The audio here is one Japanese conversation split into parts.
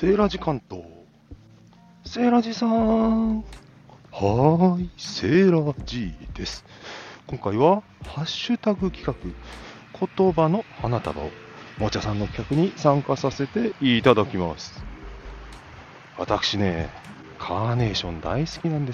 セーラジ関東。セーラジさん。はーい、セーラジです。今回は、ハッシュタグ企画、言葉の花束を、もちゃさんの企画に参加させていただきます。私ね、カーネーション大好きなんです。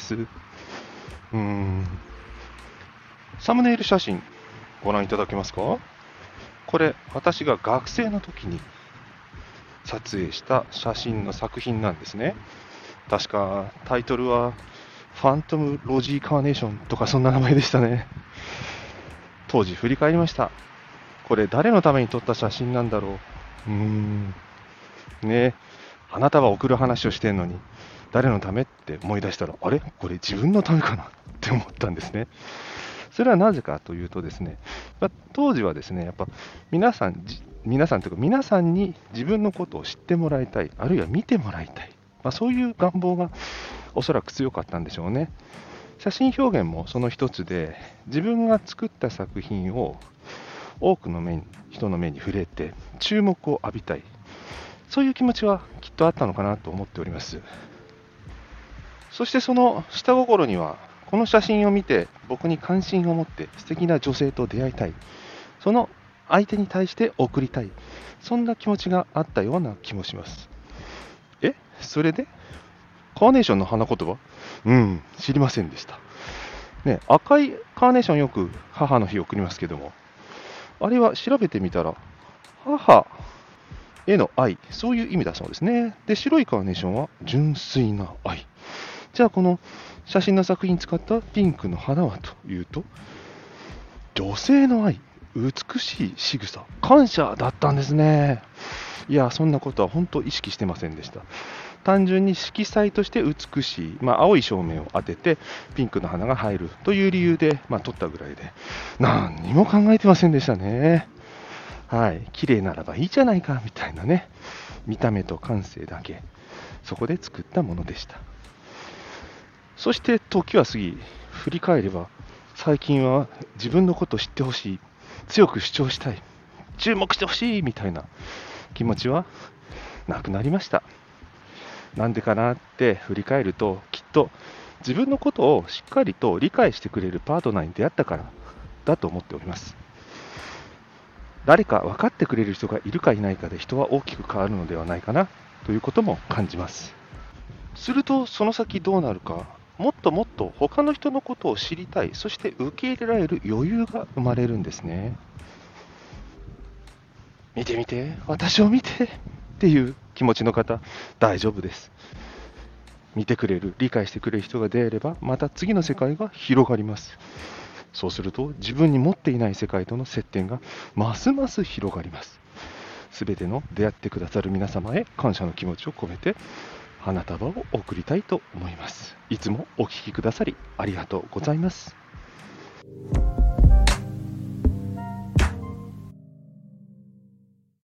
サムネイル写真、ご覧いただけますか？これ、私が学生の時に撮影した写真の作品なんですね。確かタイトルはファントム・ロジー・カーネーションとかそんな名前でしたね。当時振り返りました。これ誰のために撮った写真なんだろう。ね、花束を送る話をしてんのに誰のためって思い出したら、あれこれ自分のためかなって思ったんですね。それはなぜかというとですね、当時はですね、やっぱ皆さんというか皆さんに自分のことを知ってもらいたい、あるいは見てもらいたい、そういう願望がおそらく強かったんでしょうね。写真表現もその一つで、自分が作った作品を多くの人の目に触れて注目を浴びたい、そういう気持ちはきっとあったのかなと思っております。そしてその下心には、この写真を見て僕に関心を持って素敵な女性と出会いたい、その相手に対して送りたい、そんな気持ちがあったような気もします。それでカーネーションの花言葉？知りませんでした。ね、赤いカーネーションよく母の日送りますけども、あれは調べてみたら、母への愛、そういう意味だそうですね。で、白いカーネーションは純粋な愛。じゃあこの写真の作品に使ったピンクの花はというと、女性の愛、美しい仕草、感謝だったんですね。いや、そんなことは本当意識してませんでした。単純に色彩として美しい、青い照明を当ててピンクの花が入るという理由で、撮ったぐらいで、何にも考えてませんでしたね。はい、綺麗ならばいいじゃないかみたいなね、見た目と感性だけ、そこで作ったものでした。そして時は過ぎ、振り返れば、最近は自分のことを知ってほしい、強く主張したい、注目してほしいみたいな気持ちはなくなりました。なんでかなって振り返ると、きっと自分のことをしっかりと理解してくれるパートナーに出会ったからだと思っております。誰か分かってくれる人がいるかいないかで人は大きく変わるのではないかなということも感じます。するとその先どうなるか、もっともっと他の人のことを知りたい、そして受け入れられる余裕が生まれるんですね。見て見て、私を見てっていう気持ちの方、大丈夫です。見てくれる、理解してくれる人が出会えれば、また次の世界が広がります。そうすると、自分に持っていない世界との接点がますます広がります。すべての出会ってくださる皆様へ感謝の気持ちを込めて、花束を贈りたいと思います。いつもお聞きくださりありがとうございます。